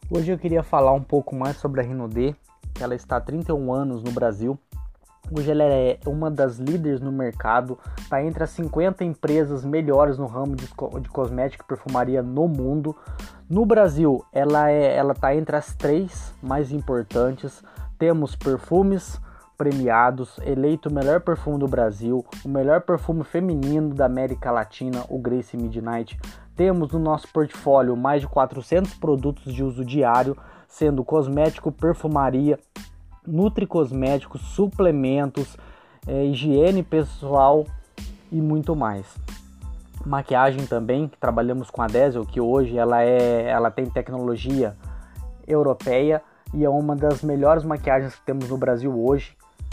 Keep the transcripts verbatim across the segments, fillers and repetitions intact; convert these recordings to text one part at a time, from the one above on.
Hoje eu queria falar um pouco mais sobre a Rinode. Ela está há trinta e um anos no Brasil. Hoje ela é uma das líderes no mercado, está entre as cinquenta empresas melhores no ramo de, de cosmética e perfumaria no mundo. No Brasil, ela é, ela está entre as três mais importantes. Temos perfumes premiados, eleito o melhor perfume do Brasil, o melhor perfume feminino da América Latina, o Grace Midnight. Temos no nosso portfólio mais de quatrocentos produtos de uso diário, sendo cosmético, perfumaria, nutricosméticos, suplementos, é, higiene pessoal e muito mais. Maquiagem também, que trabalhamos com a Diesel, que hoje ela, é, ela tem tecnologia europeia e é uma das melhores maquiagens que temos no Brasil hoje,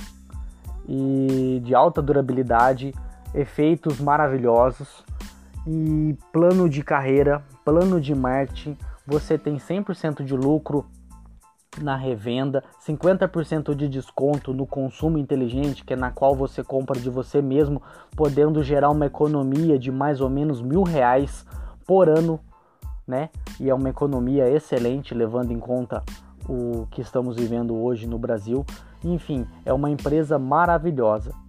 e de alta durabilidade, efeitos maravilhosos e plano de carreira, plano de marketing. Você tem cem por cento de lucro na revenda, cinquenta por cento de desconto no consumo inteligente, que é na qual você compra de você mesmo, podendo gerar uma economia de mais ou menos mil reais por ano, né? E é uma economia excelente, levando em conta o que estamos vivendo hoje no Brasil. Enfim, é uma empresa maravilhosa.